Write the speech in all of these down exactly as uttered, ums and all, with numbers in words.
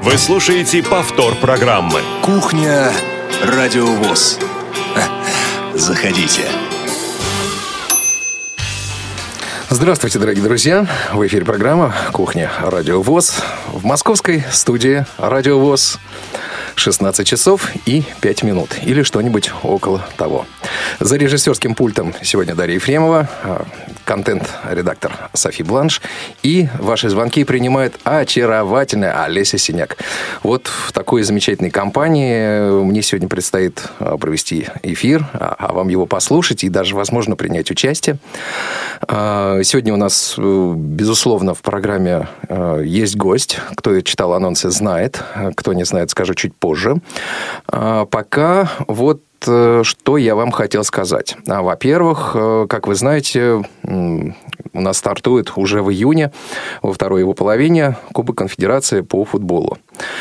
Вы слушаете повтор программы «Кухня. Радио ВОС». Заходите. Здравствуйте, дорогие друзья. В эфире программа «Кухня. Радио ВОС». В московской студии «Радио ВОС». шестнадцать часов и пять минут. Или что-нибудь около того. За режиссерским пультом сегодня Дарья Ефремова, контент-редактор Софи Бланш. И ваши звонки принимает очаровательная Олеся Синяк. Вот в такой замечательной компании мне сегодня предстоит провести эфир, а вам его послушать и даже, возможно, принять участие. Сегодня у нас, безусловно, в программе есть гость. Кто читал анонсы, знает. Кто не знает, скажу чуть позже. Пока вот что я вам хотел сказать. Во-первых, как вы знаете, у нас стартует уже в июне, во второй его половине, Кубок Конфедерации по футболу.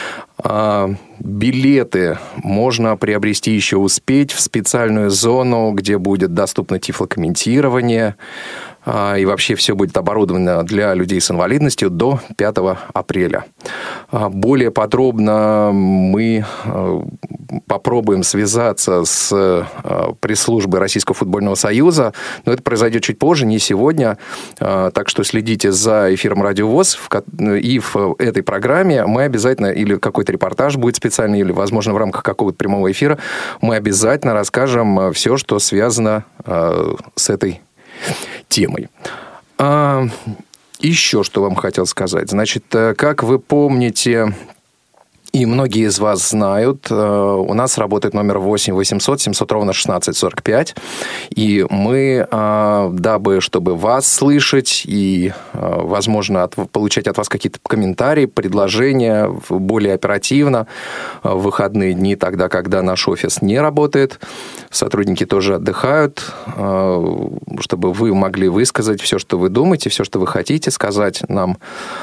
Билеты можно приобрести еще успеть в специальную зону, где будет доступно тифлокомментирование. И вообще все будет оборудовано для людей с инвалидностью до пятого апреля. Более подробно мы попробуем связаться с пресс-службой Российского футбольного союза, но это произойдет чуть позже, не сегодня. Так что следите за эфиром Радио ВОС. И в этой программе мы обязательно, или какой-то репортаж будет специальный, или, возможно, в рамках какого-то прямого эфира, мы обязательно расскажем все, что связано с этой темой. А, еще что вам хотел сказать. Значит, как вы помните, и многие из вас знают, у нас работает номер восемь восемьсот семьсот ровно шестнадцать сорок пять. И мы, дабы, чтобы вас слышать и, возможно, от, получать от вас какие-то комментарии, предложения более оперативно, в выходные дни, тогда, когда наш офис не работает, сотрудники тоже отдыхают, чтобы вы могли высказать все, что вы думаете, все, что вы хотите сказать нам.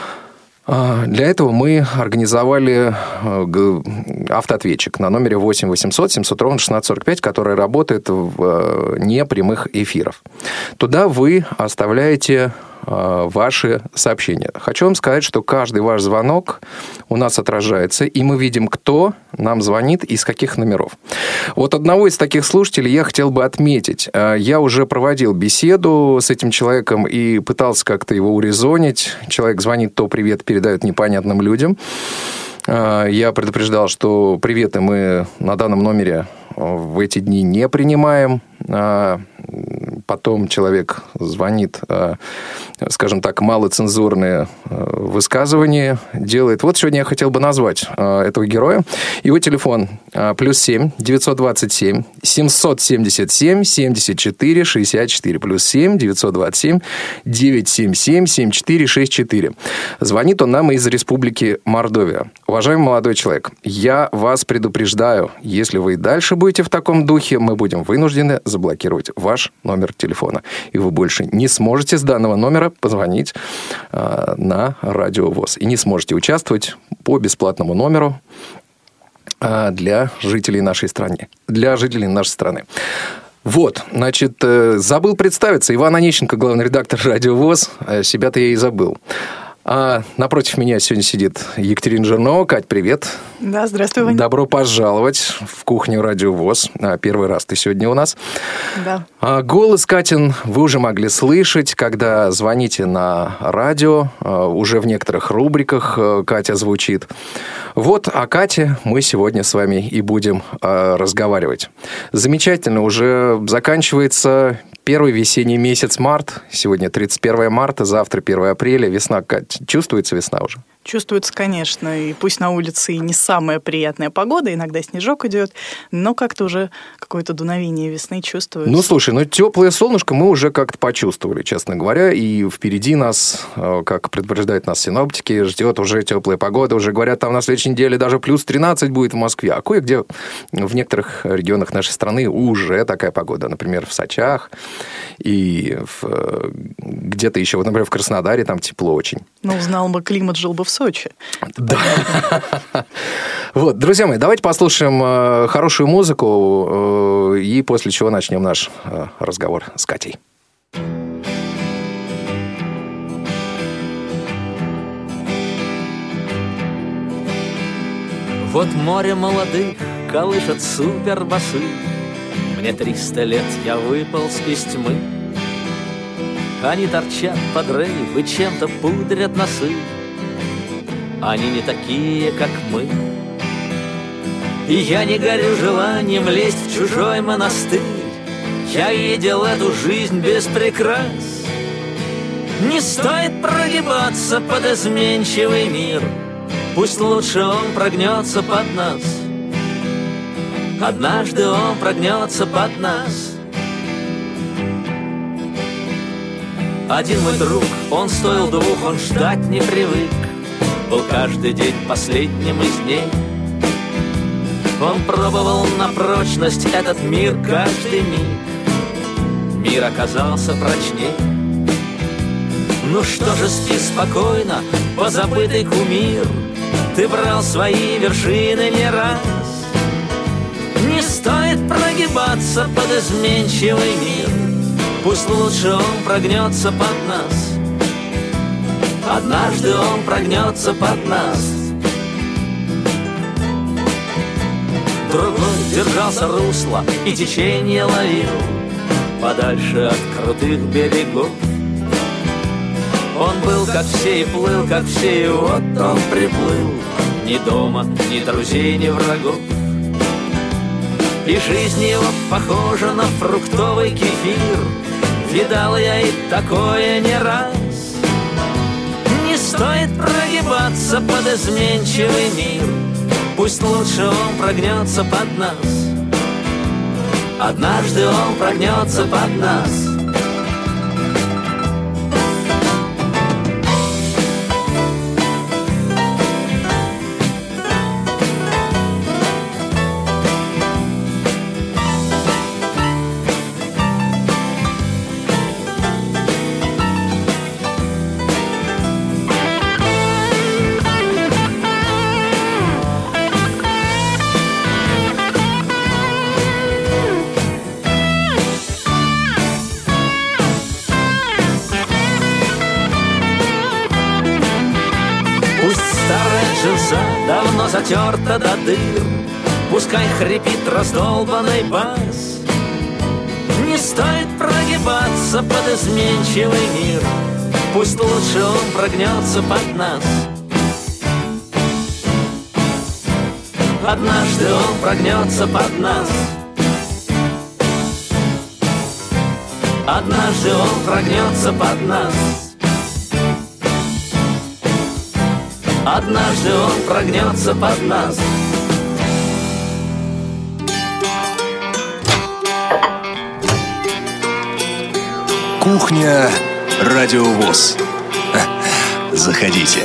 Для этого мы организовали автоответчик на номере восемь восемьсот семьсот ровно шестнадцать сорок пять, который работает в непрямых эфирах. Туда вы оставляете ваши сообщения. Хочу вам сказать, что каждый ваш звонок у нас отражается, и мы видим, кто нам звонит и с каких номеров. Вот одного из таких слушателей я хотел бы отметить. Я уже проводил беседу с этим человеком и пытался как-то его урезонить. Человек звонит, то привет передает непонятным людям. Я предупреждал, что приветы мы на данном номере в эти дни не принимаем. Потом человек звонит, скажем так, малоцензурные высказывания делает. Вот сегодня я хотел бы назвать этого героя. Его телефон плюс семь девятьсот двадцать семь семьсот семьдесят семь семьдесят четыре шестьдесят четыре. Плюс семь девятьсот двадцать семь девятьсот семьдесят семь семьдесят четыре шестьдесят четыре. Звонит он нам из Республики Мордовия. Уважаемый молодой человек, я вас предупреждаю, если вы и дальше будете в таком духе, мы будем вынуждены заблокировать ваш номер телефона. И вы больше не сможете с данного номера позвонить э, на Радио ВОС. И не сможете участвовать по бесплатному номеру э, для жителей нашей страны. Для жителей нашей страны. Вот, значит, э, забыл представиться. Иван Онищенко, главный редактор Радио ВОС. Э, себя-то я и забыл. А напротив меня сегодня сидит Екатерина Жирнова. Кать, привет. Да, здравствуй, Ваня. Добро пожаловать в кухню Радио ВОС. Первый раз ты сегодня у нас. Да. Голос Катин вы уже могли слышать, когда звоните на радио. Уже в некоторых рубриках Катя звучит. Вот о Кате мы сегодня с вами и будем разговаривать. Замечательно, уже заканчивается первый весенний месяц март. Сегодня тридцать первое марта, завтра первое апреля. Весна, Кать, чувствуется весна уже? Чувствуется, конечно, и пусть на улице и не самая приятная погода, иногда снежок идет, но как-то уже какое-то дуновение весны чувствуется. Ну, слушай, ну теплое солнышко мы уже как-то почувствовали, честно говоря, и впереди нас, как предупреждают нас синоптики, ждет уже теплая погода, уже говорят, там на следующей неделе даже плюс тринадцать будет в Москве, а кое-где в некоторых регионах нашей страны уже такая погода, например, в Сочах и в, где-то еще, вот, например, в Краснодаре там тепло очень. Ну, узнал бы климат, жил бы в Сочи. Да. Вот, друзья мои, давайте послушаем э, хорошую музыку, э, и после чего начнем наш э, разговор с Катей. Вот море молодых колышет супербасы. Мне триста лет, я выполз из тьмы. Они торчат под рейв и чем-то пудрят носы. Они не такие, как мы. И я не горю желанием лезть в чужой монастырь. Я видел эту жизнь без прикрас. Не стоит прогибаться под изменчивый мир. Пусть лучше он прогнется под нас. Однажды он прогнется под нас. Один мой друг, он стоил двух, он ждать не привык. Был каждый день последним из дней. Он пробовал на прочность этот мир каждый миг. Мир оказался прочней. Ну что же, спи спокойно, позабытый кумир. Ты брал свои вершины не раз. Не стоит прогибаться под изменчивый мир. Пусть лучше он прогнется под нас. Однажды он прогнется под нас. Другой держался русла и течение ловил подальше от крутых берегов. Он был как все и плыл, как все, и вот он приплыл. Ни дома, ни друзей, ни врагов. И жизнь его похожа на фруктовый кефир. Видал я и такое не раз. Не стоит прогибаться под изменчивый мир. Пусть лучше он прогнется под нас. Однажды он прогнется под нас. Давно затерта до дыр. Пускай хрипит раздолбанный бас. Не стоит прогибаться под изменчивый мир. Пусть лучше он прогнется под нас. Однажды он прогнется под нас. Однажды он прогнется под нас. Однажды он прогнется под нас. Кухня Радио ВОС. Заходите.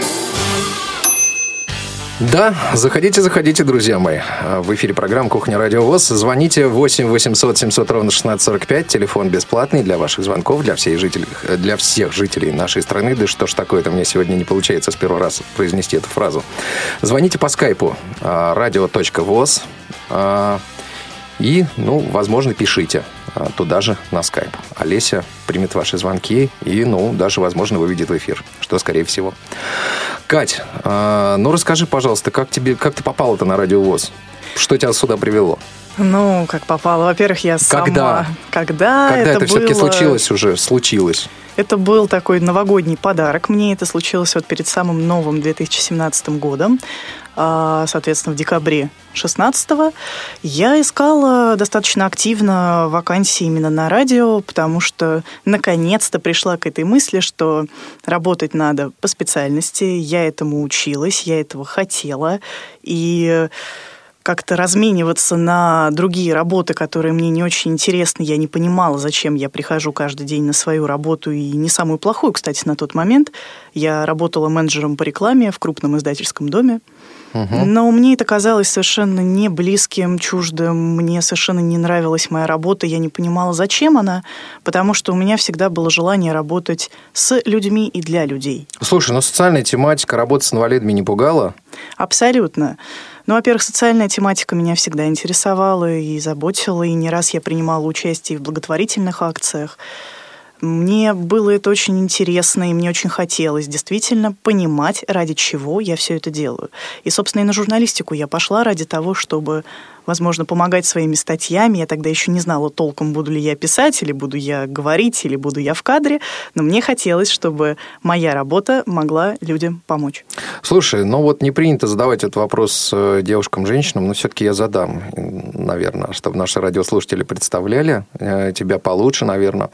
Да, заходите, заходите, друзья мои. В эфире программа «Кухня Радио ВОС». Звоните восемь восемьсот семьсот ровно шестнадцать сорок пять. Телефон бесплатный для ваших звонков, для всех жителей, для всех жителей нашей страны. Да что ж такое-то, мне сегодня не получается с первого раза произнести эту фразу. Звоните по скайпу радио точка вос и, ну, возможно, пишите туда же на скайп. Олеся примет ваши звонки и, ну, даже, возможно, выведет в эфир, что, скорее всего. Кать, э, ну, расскажи, пожалуйста, как, тебе, как ты попала-то на Радио ВОС? Что тебя сюда привело? Ну, как попала? Во-первых, я сама... Когда? Когда, Когда это, это было... все-таки случилось уже? Случилось? Это был такой новогодний подарок мне. Это случилось вот перед самым новым две тысячи семнадцатым годом. Соответственно, в декабре шестнадцатого я искала достаточно активно вакансии именно на радио, потому что наконец-то пришла к этой мысли, что работать надо по специальности. Я этому училась, я этого хотела. И как-то размениваться на другие работы, которые мне не очень интересны, я не понимала, зачем я прихожу каждый день на свою работу, и не самую плохую, кстати, на тот момент. Я работала менеджером по рекламе в крупном издательском доме. Угу. Но мне это казалось совершенно не близким, чуждым. Мне совершенно не нравилась моя работа. Я не понимала, зачем она, потому что у меня всегда было желание работать с людьми и для людей. Слушай, ну социальная тематика, работа с инвалидами не пугала? Абсолютно. Ну, во-первых, социальная тематика меня всегда интересовала и заботила, и не раз я принимала участие в благотворительных акциях. Мне было это очень интересно, и мне очень хотелось действительно понимать, ради чего я все это делаю. И, собственно, и на журналистику я пошла ради того, чтобы, возможно, помогать своими статьями. Я тогда еще не знала толком, буду ли я писать, или буду я говорить, или буду я в кадре. Но мне хотелось, чтобы моя работа могла людям помочь. Слушай, ну вот не принято задавать этот вопрос девушкам-женщинам, но все-таки я задам, наверное, чтобы наши радиослушатели представляли тебя получше, наверное.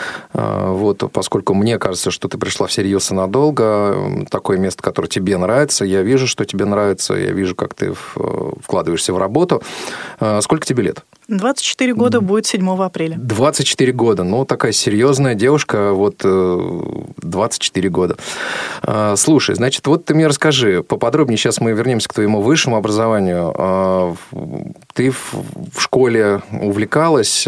Вот, поскольку мне кажется, что ты пришла всерьез и надолго, такое место, которое тебе нравится, я вижу, что тебе нравится, я вижу, как ты вкладываешься в работу. Сколько тебе лет? двадцать четыре года будет седьмого апреля. двадцать четыре года. Ну, такая серьезная девушка, вот двадцать четыре года. Слушай, значит, вот ты мне расскажи поподробнее, сейчас мы вернемся к твоему высшему образованию. Ты в школе увлекалась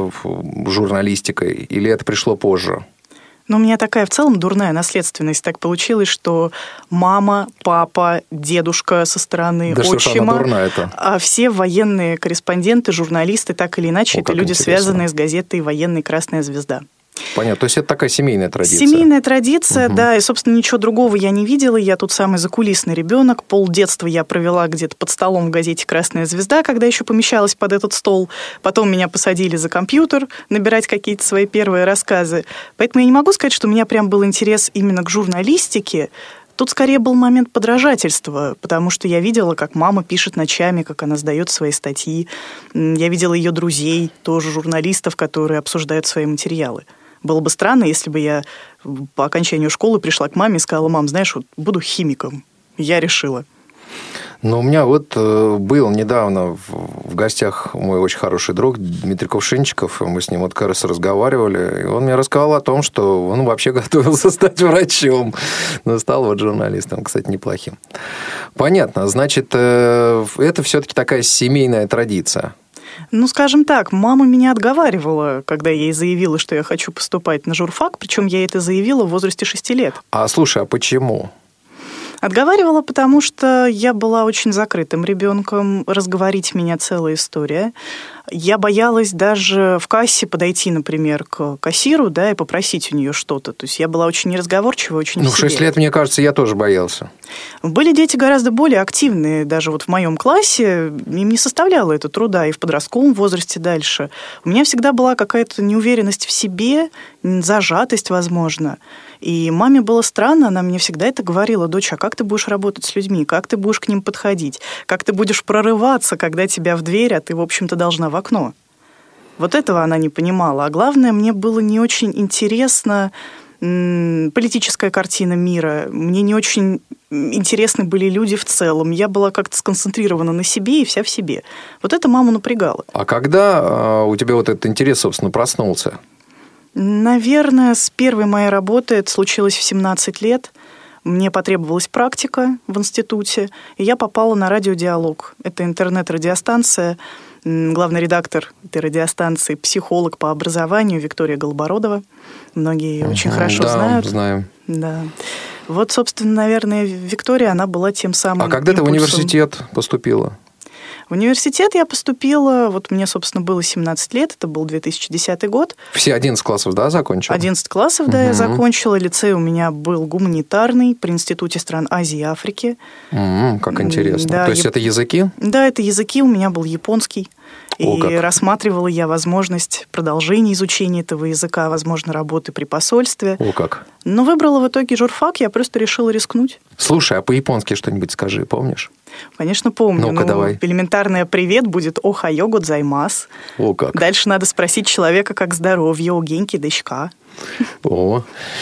журналистикой или это пришло позже? Ну, у меня такая в целом дурная наследственность. Так получилось, что мама, папа, дедушка со стороны да отчима, дурная-то? А все военные корреспонденты, журналисты, так или иначе, О, это люди, интересно. Связанные с газетой «Военный Красная звезда». Понятно. То есть это такая семейная традиция. Семейная традиция, угу. да. И, собственно, ничего другого я не видела. Я тут самый закулисный ребенок. Полдетства я провела где-то под столом в газете «Красная звезда», когда еще помещалась под этот стол. Потом меня посадили за компьютер набирать какие-то свои первые рассказы. Поэтому я не могу сказать, что у меня прям был интерес именно к журналистике. Тут скорее был момент подражательства, потому что я видела, как мама пишет ночами, как она сдает свои статьи. Я видела ее друзей, тоже журналистов, которые обсуждают свои материалы. Было бы странно, если бы я по окончанию школы пришла к маме и сказала: мам, знаешь, вот буду химиком. Я решила. Ну, у меня вот был недавно в гостях мой очень хороший друг Дмитрий Кувшинчиков. Мы с ним вот как раз разговаривали. И он мне рассказал о том, что он вообще готовился стать врачом. Но стал вот журналистом, кстати, неплохим. Понятно. Значит, это все-таки такая семейная традиция. Ну, скажем так, мама меня отговаривала, когда я ей заявила, что я хочу поступать на журфак, причем я это заявила в возрасте шести лет. А слушай, а почему? Отговаривала, потому что я была очень закрытым ребенком, разговорить меня целая история. Я боялась даже в кассе подойти, например, к кассиру, да, и попросить у нее что-то. То есть я была очень неразговорчивая, очень Ну, в в себе. шесть лет, мне кажется, я тоже боялся. Были дети гораздо более активные. Даже вот в моем классе им не составляло это труда. И в подростковом возрасте дальше. У меня всегда была какая-то неуверенность в себе, зажатость, возможно. И маме было странно, она мне всегда это говорила: дочь, а как ты будешь работать с людьми, как ты будешь к ним подходить, как ты будешь прорываться, когда тебя в дверь, а ты, в общем-то, должна в окно. Вот этого она не понимала. А главное, мне было не очень интересно м- политическая картина мира, мне не очень интересны были люди в целом. Я была как-то сконцентрирована на себе и вся в себе. Вот это маму напрягало. А когда э, у тебя вот этот интерес, собственно, проснулся? Наверное, с первой моей работы, это случилось в семнадцать лет, мне потребовалась практика в институте, и я попала на радиодиалог. Это интернет-радиостанция, главный редактор этой радиостанции, психолог по образованию Виктория Голобородова. Многие ее очень хорошо да, знают. знаем. Да. Вот, собственно, наверное, Виктория, она была тем самым А когда импульсом. ты в университет поступила? В университет я поступила, вот мне, собственно, было семнадцать лет, это был две тысячи десятый год. Все одиннадцать классов, да, закончила? одиннадцать классов, да, угу. Я закончила. Лицей у меня был гуманитарный при Институте стран Азии и Африки. Угу, как интересно. Да, То есть, яп... это языки? Да, это языки, у меня был японский. О, и как. рассматривала я возможность продолжения изучения этого языка, возможно, работы при посольстве. О, как. Но выбрала в итоге журфак, я просто решила рискнуть. Слушай, а по-японски что-нибудь скажи, помнишь? Конечно, помню. Ну-ка, ну, давай. Элементарное «привет» будет «охайо годзаймас». О, как. Дальше надо спросить человека, как здоровье, «о генки дышка». О,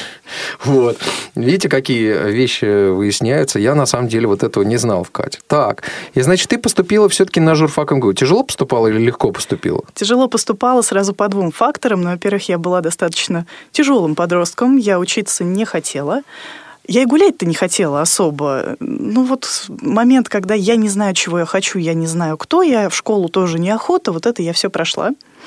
вот. Видите, какие вещи выясняются. Я, на самом деле, вот этого не знал в Кате. Так, и, значит, ты поступила все-таки на журфак эм гэ у. Тяжело поступала или легко поступила? Тяжело поступала сразу по двум факторам. Но, во-первых, я была достаточно тяжелым подростком. Я учиться не хотела. Я и гулять-то не хотела особо. Ну, вот момент, когда я не знаю, чего я хочу, я не знаю, кто я, в школу тоже неохота, вот это я все прошла.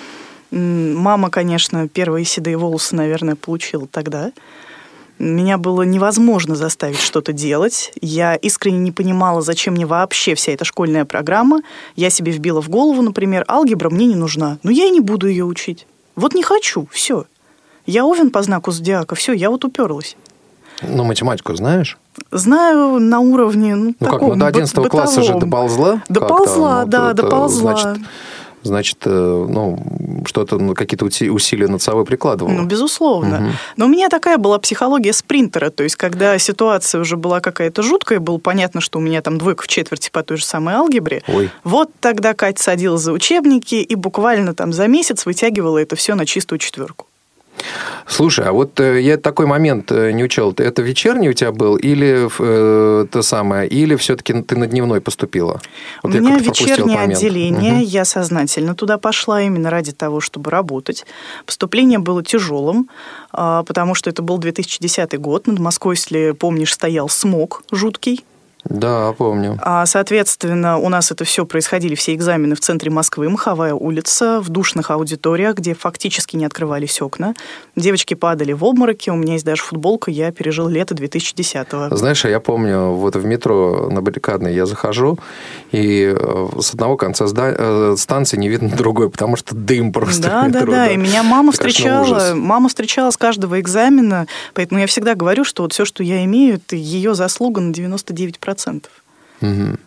Мама, конечно, первые седые волосы, наверное, получила тогда. Меня было невозможно заставить что-то делать. Я искренне не понимала, зачем мне вообще вся эта школьная программа. Я себе вбила в голову, например, алгебра мне не нужна. Но я и не буду ее учить. Вот не хочу, все. Я Овен по знаку зодиака, все, я вот уперлась. Ну, математику знаешь? Знаю на уровне, ну, ну таком как, ну, до одиннадцатого класса же доползла? Доползла, как-то, да, ну, доползла. Значит, значит, ну, что-то, ну, какие-то усилия над собой прикладывала. Ну, безусловно. Угу. Но у меня такая была психология спринтера, то есть, когда ситуация уже была какая-то жуткая, было понятно, что у меня там двойка в четверти по той же самой алгебре. Ой. Вот тогда Катя садилась за учебники и буквально там за месяц вытягивала это все на чистую четверку. Слушай, а вот э, я такой момент э, не учел. Это вечерний у тебя был или э, то самое, или все-таки ты на дневной поступила? Вот у меня вечернее отделение, угу. Я сознательно туда пошла именно ради того, чтобы работать. Поступление было тяжелым, э, потому что это был две тысячи десятый год. Над Москвой, если помнишь, стоял смог жуткий. Да, помню. А, соответственно, у нас это все происходили, все экзамены в центре Москвы, Маховая улица, в душных аудиториях, где фактически не открывались окна. Девочки падали в обмороки, у меня есть даже футболка, я пережил лето две тысячи десятого. Знаешь, я помню, вот в метро на Баррикадной я захожу, и с одного конца станции не видно другой, потому что дым просто да, в метро. Да, да, да, и меня мама это, встречала, конечно, мама встречала с каждого экзамена, поэтому я всегда говорю, что вот все, что я имею, это ее заслуга на девяносто девять процентов. Угу.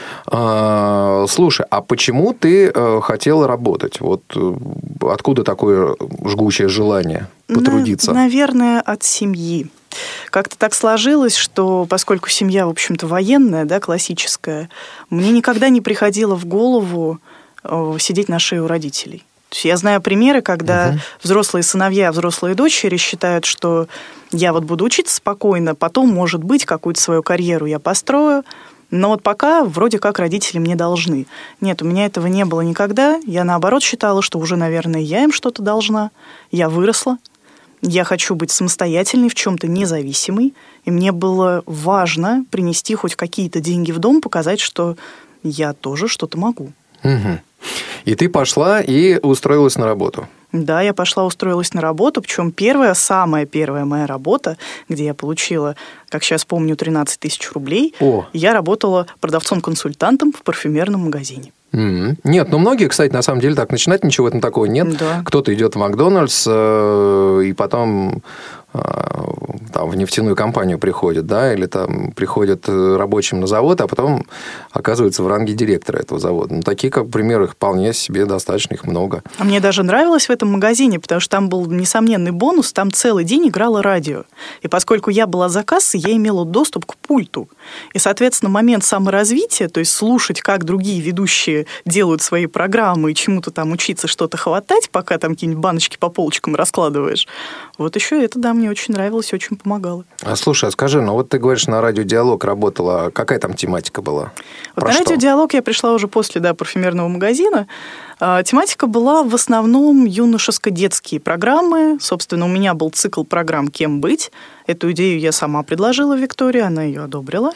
А, слушай, а почему ты э, хотела работать? Вот э, откуда такое жгучее желание потрудиться? На, наверное, от семьи. Как-то так сложилось, что поскольку семья, в общем-то, военная, да, классическая, мне никогда не приходило в голову э, сидеть на шее у родителей. То есть я знаю примеры, когда угу. взрослые сыновья, взрослые дочери считают, что я вот буду учиться спокойно, потом, может быть, какую-то свою карьеру я построю, но вот пока вроде как родители мне должны. Нет, у меня этого не было никогда. Я, наоборот, считала, что уже, наверное, я им что-то должна. Я выросла. Я хочу быть самостоятельной, в чем-то независимой. И мне было важно принести хоть какие-то деньги в дом, показать, что я тоже что-то могу. Угу. И ты пошла и устроилась на работу. Да, я пошла, устроилась на работу, причем первая, самая первая моя работа, где я получила, как сейчас помню, тринадцать тысяч рублей, О. Я работала продавцом-консультантом в парфюмерном магазине. Mm-hmm. Нет, ну многие, кстати, на самом деле так начинать, ничего в этом такого нет. Да. Кто-то идет в Макдональдс э, и потом э, там, в нефтяную компанию приходит, да, или там приходит рабочим на завод, а потом оказывается в ранге директора этого завода. Ну, такие, как пример, их вполне себе достаточно, их много. А мне даже нравилось в этом магазине, потому что там был несомненный бонус, там целый день играло радио. И поскольку я была за кассой, я имела доступ к пульту. И, соответственно, момент саморазвития, то есть слушать, как другие ведущие делают свои программы и чему-то там учиться, что-то хватать, пока там какие-нибудь баночки по полочкам раскладываешь. Вот еще это, да, мне очень нравилось и очень помогало. А слушай, а скажи, ну вот ты говоришь, на радио «Диалог» работала, какая там тематика была? Вот на радио «Диалог» я пришла уже после, да, парфюмерного магазина. А, тематика была в основном юношеско-детские программы. Собственно, у меня был цикл программ «Кем быть?». Эту идею я сама предложила Виктории, она ее одобрила.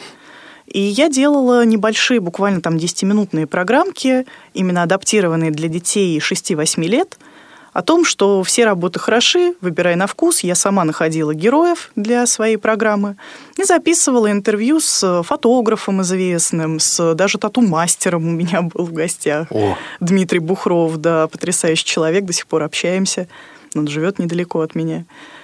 И я делала небольшие, буквально там десятиминутные программки, именно адаптированные для детей шести-восьми лет, о том, что все работы хороши, выбирай на вкус. Я сама находила героев для своей программы и записывала интервью с фотографом известным, с даже тату-мастером у меня был в гостях. О. Дмитрий Бухров, да, потрясающий человек, до сих пор общаемся. Он живет недалеко от меня.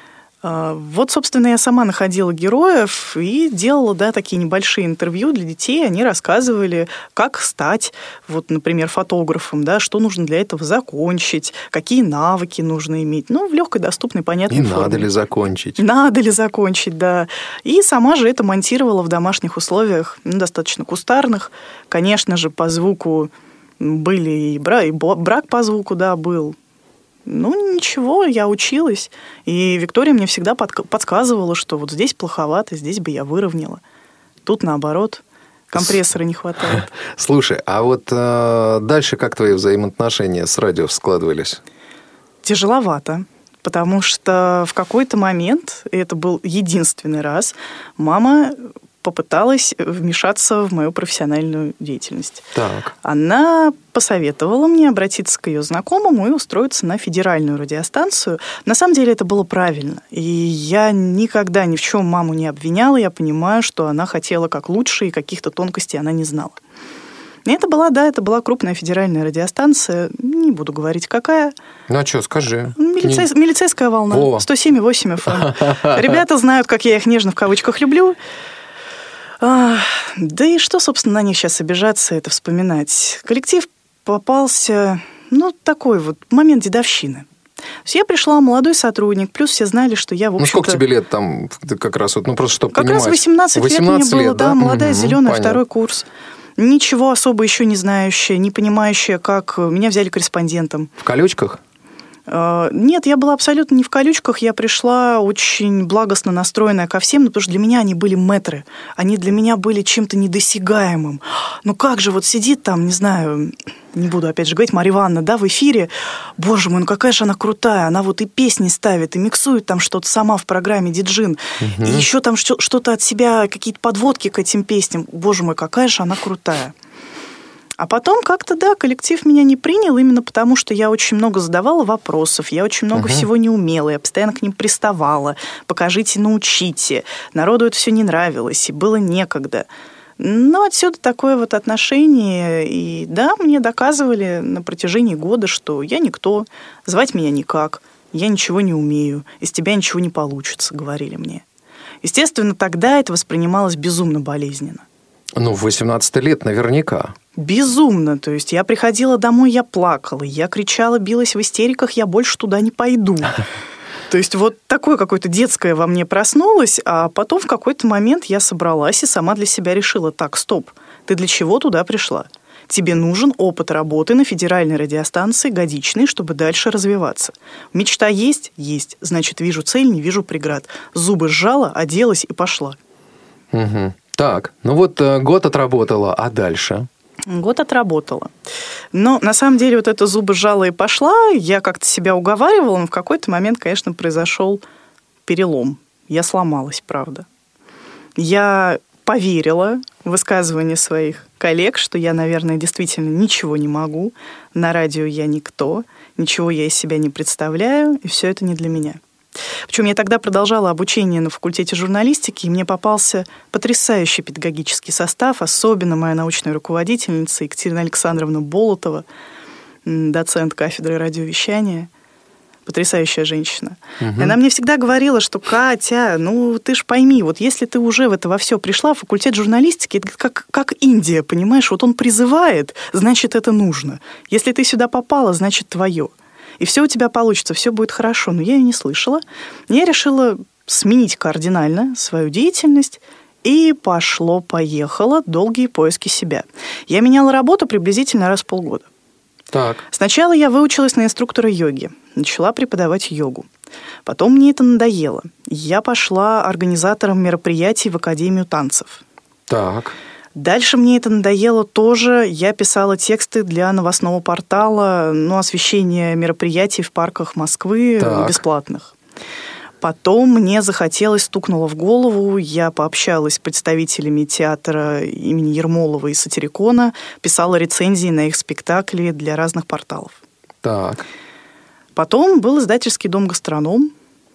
Вот, собственно, я сама находила героев и делала, да, такие небольшие интервью для детей. Они рассказывали, как стать, вот, например, фотографом, да, что нужно для этого закончить, какие навыки нужно иметь. Ну, в легкой, доступной, понятной и форме. Надо ли закончить. Надо ли закончить, да. И сама же это монтировала в домашних условиях, ну, достаточно кустарных. Конечно же, по звуку были и брак, и брак по звуку, да, был. Ну, ничего, я училась. И Виктория мне всегда подсказывала, что вот здесь плоховато, здесь бы я выровняла. Тут, наоборот, компрессора не хватает. Слушай, а вот э, дальше как твои взаимоотношения с радио складывались? Тяжеловато. Потому что в какой-то момент, и это был единственный раз, мама попыталась вмешаться в мою профессиональную деятельность. Так. Она посоветовала мне обратиться к ее знакомому и устроиться на федеральную радиостанцию. На самом деле это было правильно. И я никогда ни в чем маму не обвиняла. Я понимаю, что она хотела как лучше, и каких-то тонкостей она не знала. Это была, да, это была крупная федеральная радиостанция, не буду говорить, какая. Ну, а что, скажи. Милицей... Не... Милицейская волна, Во. сто семь и восемь эф эм. Ребята знают, как я их нежно в кавычках люблю. А, да и что, собственно, на них сейчас обижаться, это вспоминать. Коллектив попался, ну, такой вот момент дедовщины. То есть я пришла, молодой сотрудник, плюс все знали, что я, в общем-то... Ну, сколько тебе лет там как раз, вот, ну, просто чтобы как понимать. Как раз восемнадцать, восемнадцать лет мне было, да, да? Молодая, угу, зеленая, понятно. Второй курс. Ничего особо еще не знающая, не понимающая, как меня взяли корреспондентом. В колючках? Нет, я была абсолютно не в колючках, я пришла очень благостно настроенная ко всем, потому что для меня они были мэтры, они для меня были чем-то недосягаемым. Ну как же, вот сидит там, не знаю, не буду опять же говорить, Марья Ивановна, да, в эфире, боже мой, ну какая же она крутая, она вот и песни ставит, и миксует там что-то сама в программе Диджин, угу. И еще там что-то от себя, какие-то подводки к этим песням, боже мой, какая же она крутая. А потом как-то, да, коллектив меня не принял именно потому, что я очень много задавала вопросов, я очень много uh-huh. всего не умела, я постоянно к ним приставала. Покажите, научите. Народу это все не нравилось, и было некогда. Но отсюда такое вот отношение. И да, мне доказывали на протяжении года, что я никто, звать меня никак, я ничего не умею, из тебя ничего не получится, говорили мне. Естественно, тогда это воспринималось безумно болезненно. Ну, в восемнадцать лет наверняка. Безумно. То есть я приходила домой, я плакала, я кричала, билась в истериках, я больше туда не пойду. То есть вот такое какое-то детское во мне проснулось, а потом в какой-то момент я собралась и сама для себя решила, так, стоп, ты для чего туда пришла? Тебе нужен опыт работы на федеральной радиостанции, годичный, чтобы дальше развиваться. Мечта есть? Есть. Значит, вижу цель, не вижу преград. Зубы сжала, оделась и пошла. Угу. Так, ну вот год отработала, а дальше? Год отработала. Но на самом деле вот это зубы сжала и пошла, я как-то себя уговаривала, но в какой-то момент, конечно, произошел перелом. Я сломалась, правда. Я поверила в высказывания своих коллег, что я, наверное, действительно ничего не могу, на радио я никто, ничего я из себя не представляю, и все это не для меня. Причем я тогда продолжала обучение на факультете журналистики, и мне попался потрясающий педагогический состав, особенно моя научная руководительница Екатерина Александровна Болотова, доцент кафедры радиовещания, потрясающая женщина. Угу. И она мне всегда говорила, что Катя, ну ты ж пойми, вот если ты уже в это во все пришла, факультет журналистики, это как, как Индия, понимаешь, вот он призывает, значит это нужно. Если ты сюда попала, значит твое. И все у тебя получится, все будет хорошо. Но я ее не слышала. Я решила сменить кардинально свою деятельность, и пошло-поехало долгие поиски себя. Я меняла работу приблизительно раз в полгода. Так. Сначала я выучилась на инструктора йоги, начала преподавать йогу. Потом мне это надоело. Я пошла организатором мероприятий в Академию танцев. Так. Дальше мне это надоело тоже. Я писала тексты для новостного портала, ну, освещение мероприятий в парках Москвы так. бесплатных. Потом мне захотелось, стукнуло в голову, я пообщалась с представителями театра имени Ермолова и Сатирикона, писала рецензии на их спектакли для разных порталов. Так. Потом был издательский дом «Гастроном».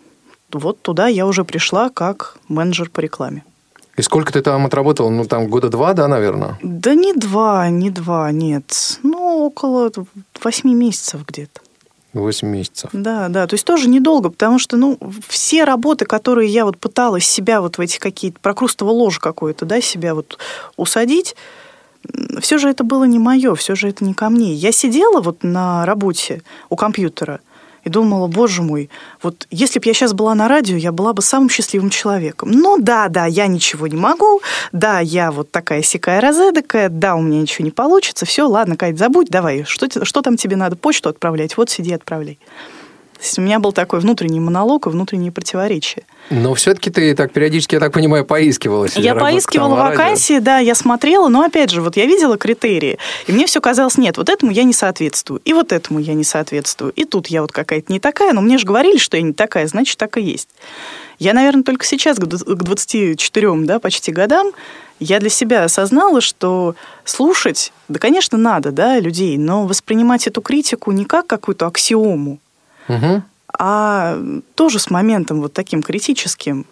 Вот туда я уже пришла как менеджер по рекламе. И сколько ты там отработал? Ну, там года два, да, наверное? Да не два, не два, нет. Ну, около восьми месяцев где-то. Восемь месяцев. Да, да, то есть тоже недолго, потому что, ну, все работы, которые я вот пыталась себя вот в эти какие-то, прокрустово ложе какое-то, да, себя вот усадить, все же это было не мое, все же это не ко мне. Я сидела вот на работе у компьютера и думала, боже мой, вот если бы я сейчас была на радио, я была бы самым счастливым человеком. Ну да, да, я ничего не могу, да, я вот такая сякая разэдакая, да, у меня ничего не получится, все, ладно, Кать, забудь, давай, что, что там тебе надо, почту отправлять, вот сиди, отправляй. То есть у меня был такой внутренний монолог и внутренние противоречия. Но все-таки ты так периодически, я так понимаю, поискивала себе. Я поискивала вакансии, да, я смотрела, но опять же, вот я видела критерии, и мне все казалось, нет, вот этому я не соответствую, и вот этому я не соответствую, и тут я вот какая-то не такая, но мне же говорили, что я не такая, значит, так и есть. Я, наверное, только сейчас, к двадцати четырем, да, почти годам, я для себя осознала, что слушать, да, конечно, надо, да, людей, но воспринимать эту критику не как какую-то аксиому, угу. а тоже с моментом вот таким критическим.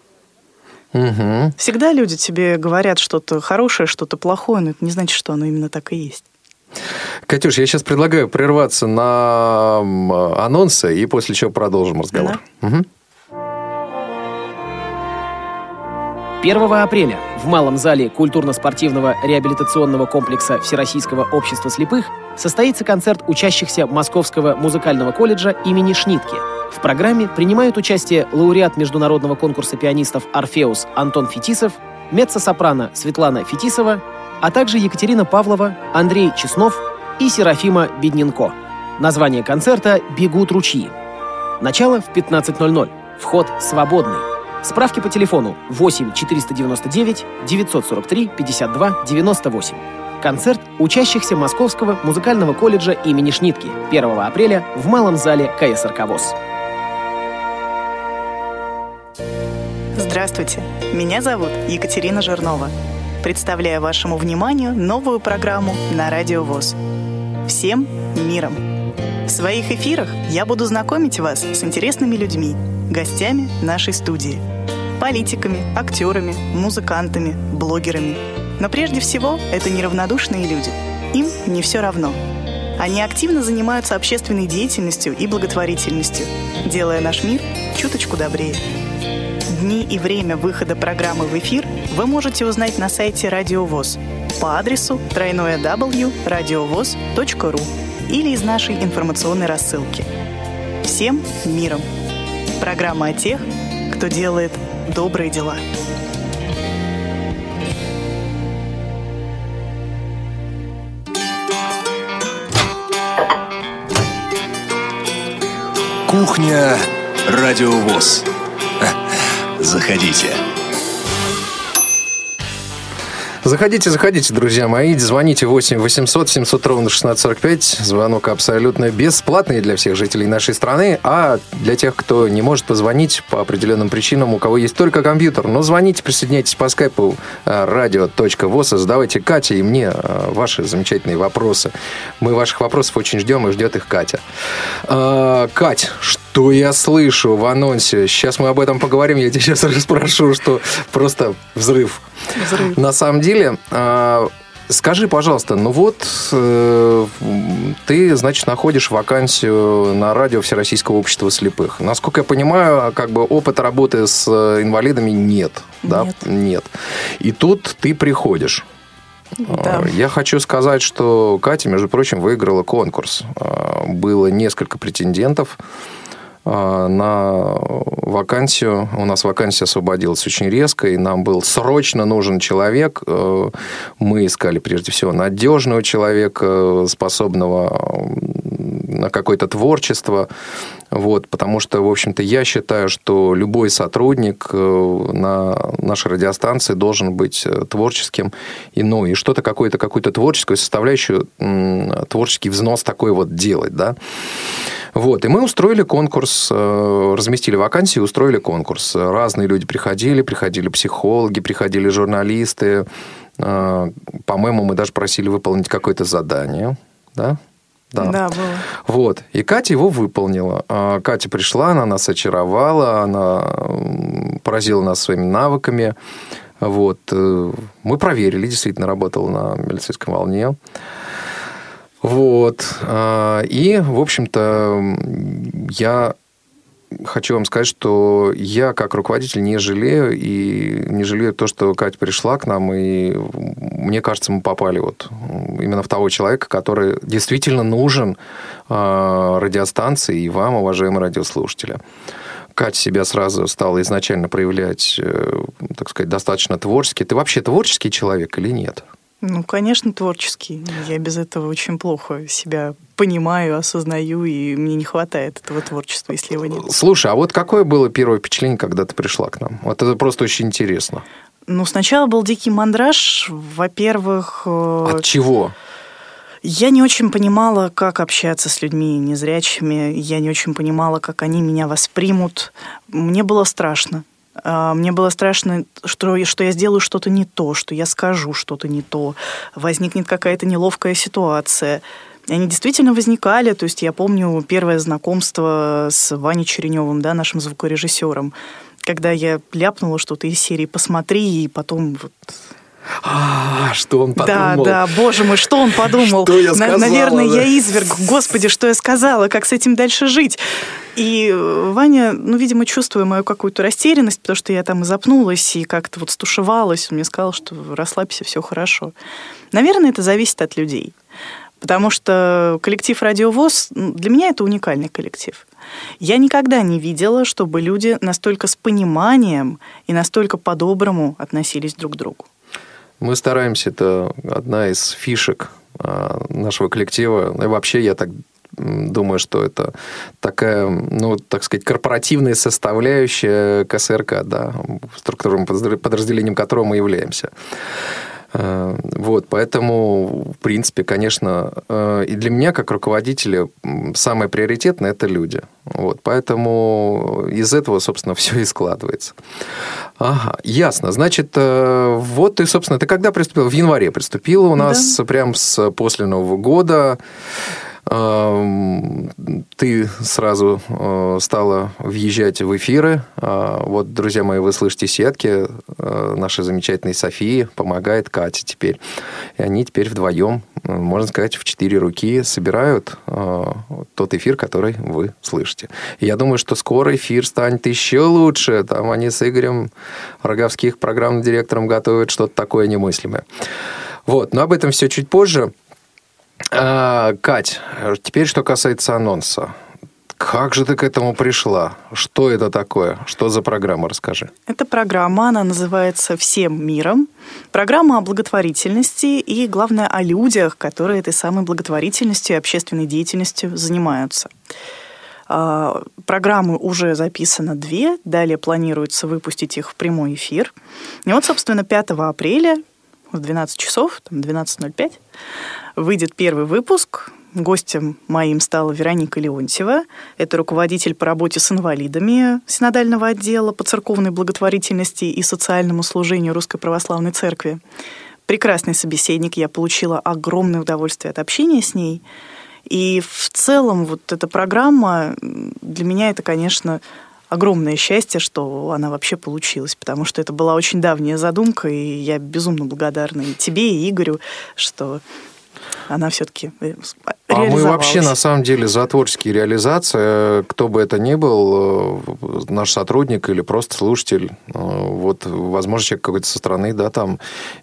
Угу. Всегда люди тебе говорят что-то хорошее, что-то плохое, но это не значит, что оно именно так и есть. Катюш, я сейчас предлагаю прерваться на анонсы, и после чего продолжим разговор. Да. Угу. первого апреля в Малом зале культурно-спортивного реабилитационного комплекса Всероссийского общества слепых состоится концерт учащихся Московского музыкального колледжа имени Шнитке. В программе принимают участие лауреат международного конкурса пианистов «Орфеус» Антон Фетисов, меццо-сопрано Светлана Фетисова, а также Екатерина Павлова, Андрей Чеснов и Серафима Бедненко. Название концерта «Бегут ручьи». Начало в пятнадцать ноль ноль. Вход свободный. Справки по телефону восемь четыреста девяносто девять девятьсот сорок три пятьдесят два девяносто восемь. Концерт учащихся Московского музыкального колледжа имени Шнитке первого апреля в Малом зале ка эс эр ка ВОС. Здравствуйте, меня зовут Екатерина Жирнова. Представляю вашему вниманию новую программу на Радио ВОС. Всем миром! В своих эфирах я буду знакомить вас с интересными людьми, гостями нашей студии, политиками, актерами, музыкантами, блогерами. Но прежде всего это неравнодушные люди. Им не все равно. Они активно занимаются общественной деятельностью и благотворительностью, делая наш мир чуточку добрее. Дни и время выхода программы в эфир вы можете узнать на сайте Радио ВОС по адресу дабл ю дабл ю дабл ю точка радиовос точка ру или из нашей информационной рассылки. Всем миром! Программа о тех, кто делает добрые дела. Кухня Радио ВОС. Заходите. Заходите, заходите, друзья мои. Звоните восемь восемьсот семьсот ровно шестнадцать сорок пять. Звонок абсолютно бесплатный для всех жителей нашей страны. А для тех, кто не может позвонить по определенным причинам, у кого есть только компьютер, но звоните, присоединяйтесь по скайпу радио точка вос, задавайте Кате и мне ваши замечательные вопросы. Мы ваших вопросов очень ждем, и ждет их Катя. А, Кать, что я слышу в анонсе? Сейчас мы об этом поговорим. Я тебя сейчас спрошу, что просто взрыв. Взрыв. На самом деле, скажи, пожалуйста, ну вот ты, значит, находишь вакансию на радио Всероссийского общества слепых. Насколько я понимаю, как бы опыта работы с инвалидами нет. Да? Нет. Нет. И тут ты приходишь. Да. Я хочу сказать, что Катя, между прочим, выиграла конкурс. Было несколько претендентов на вакансию. У нас вакансия освободилась очень резко, и нам был срочно нужен человек. Мы искали, прежде всего, надежного человека, способного на какое-то творчество. Вот, потому что, в общем-то, я считаю, что любой сотрудник на нашей радиостанции должен быть творческим, и, ну, и что-то какое-то, какую-то творческую составляющую, творческий взнос такой вот делать, да. Вот, и мы устроили конкурс, разместили вакансии, устроили конкурс. Разные люди приходили, приходили психологи, приходили журналисты. По-моему, мы даже просили выполнить какое-то задание, да? Да. Да, было. Вот. И Катя его выполнила. Катя пришла, она нас очаровала, она поразила нас своими навыками. Вот. Мы проверили, действительно работала на милицейской волне. Вот. И, в общем-то, я хочу вам сказать, что я, как руководитель, не жалею, и не жалею то, что Катя пришла к нам, и мне кажется, мы попали вот именно в того человека, который действительно нужен радиостанции и вам, уважаемые радиослушатели. Катя себя сразу стала изначально проявлять, так сказать, достаточно творчески. Ты вообще творческий человек или нет? Ну, конечно, творческий. Я без этого очень плохо себя понимаю, осознаю, и мне не хватает этого творчества, если его нет. Слушай, а вот какое было первое впечатление, когда ты пришла к нам? Вот это просто очень интересно. Ну, сначала был дикий мандраж. Во-первых... От чего? Я не очень понимала, как общаться с людьми незрячими. Я не очень понимала, как они меня воспримут. Мне было страшно. Мне было страшно, что, что я сделаю что-то не то, что я скажу что-то не то, возникнет какая-то неловкая ситуация. И они действительно возникали. То есть я помню первое знакомство с Ваней Череневым, да, нашим звукорежиссером, когда я ляпнула что-то из серии «Посмотри», и потом... Вот... А, Да, что он подумал. Да, да, боже мой, что он подумал? Что я сказала, Наверное, да. я изверг. Господи, что я сказала? Как с этим дальше жить? И Ваня, ну, видимо, чувствуя мою какую-то растерянность, потому что я там и запнулась, и как-то вот стушевалась, он мне сказал, что расслабься, все хорошо. Наверное, это зависит от людей. Потому что коллектив «Радио ВОС», для меня это уникальный коллектив. Я никогда не видела, чтобы люди настолько с пониманием и настолько по-доброму относились друг к другу. Мы стараемся, это одна из фишек нашего коллектива. И вообще, я так думаю, что это такая, ну, так сказать, корпоративная составляющая КСРК, да, структурным подразделением которого мы являемся. Вот, поэтому, в принципе, конечно, и для меня, как руководителя, самое приоритетное – это люди. Вот, поэтому из этого, собственно, все и складывается. Ага, ясно. Значит, вот ты, собственно, ты когда приступила? В январе приступила у нас, да. Прям с после Нового года. Ты сразу стала въезжать в эфиры. Вот, друзья мои, вы слышите сетки нашей замечательной Софии, помогает Кате теперь. И они теперь вдвоем, можно сказать, в четыре руки собирают тот эфир, который вы слышите. И я думаю, что скоро эфир станет еще лучше. Там они с Игорем Роговских, программным директором, готовят что-то такое немыслимое. Вот, но об этом все чуть позже. А, Кать, теперь что касается анонса. Как же ты к этому пришла? Что это такое? Что за программа? Расскажи. Эта программа, она называется «Всем миром». Программа о благотворительности и, главное, о людях, которые этой самой благотворительностью и общественной деятельностью занимаются. А, программы уже записано две, далее планируется выпустить их в прямой эфир. И вот, собственно, пятого апреля в двенадцать часов, там двенадцать ноль пять, выйдет первый выпуск. Гостем моим стала Вероника Леонтьева. Это руководитель по работе с инвалидами синодального отдела по церковной благотворительности и социальному служению Русской Православной Церкви. Прекрасный собеседник. Я получила огромное удовольствие от общения с ней. И в целом вот эта программа для меня это, конечно, огромное счастье, что она вообще получилась, потому что это была очень давняя задумка, и я безумно благодарна и тебе, и Игорю, что она все-таки реализовалась. А мы вообще, на самом деле, за творческие реализации, кто бы это ни был, наш сотрудник или просто слушатель, вот, возможно, человек какой-то со стороны, да, там,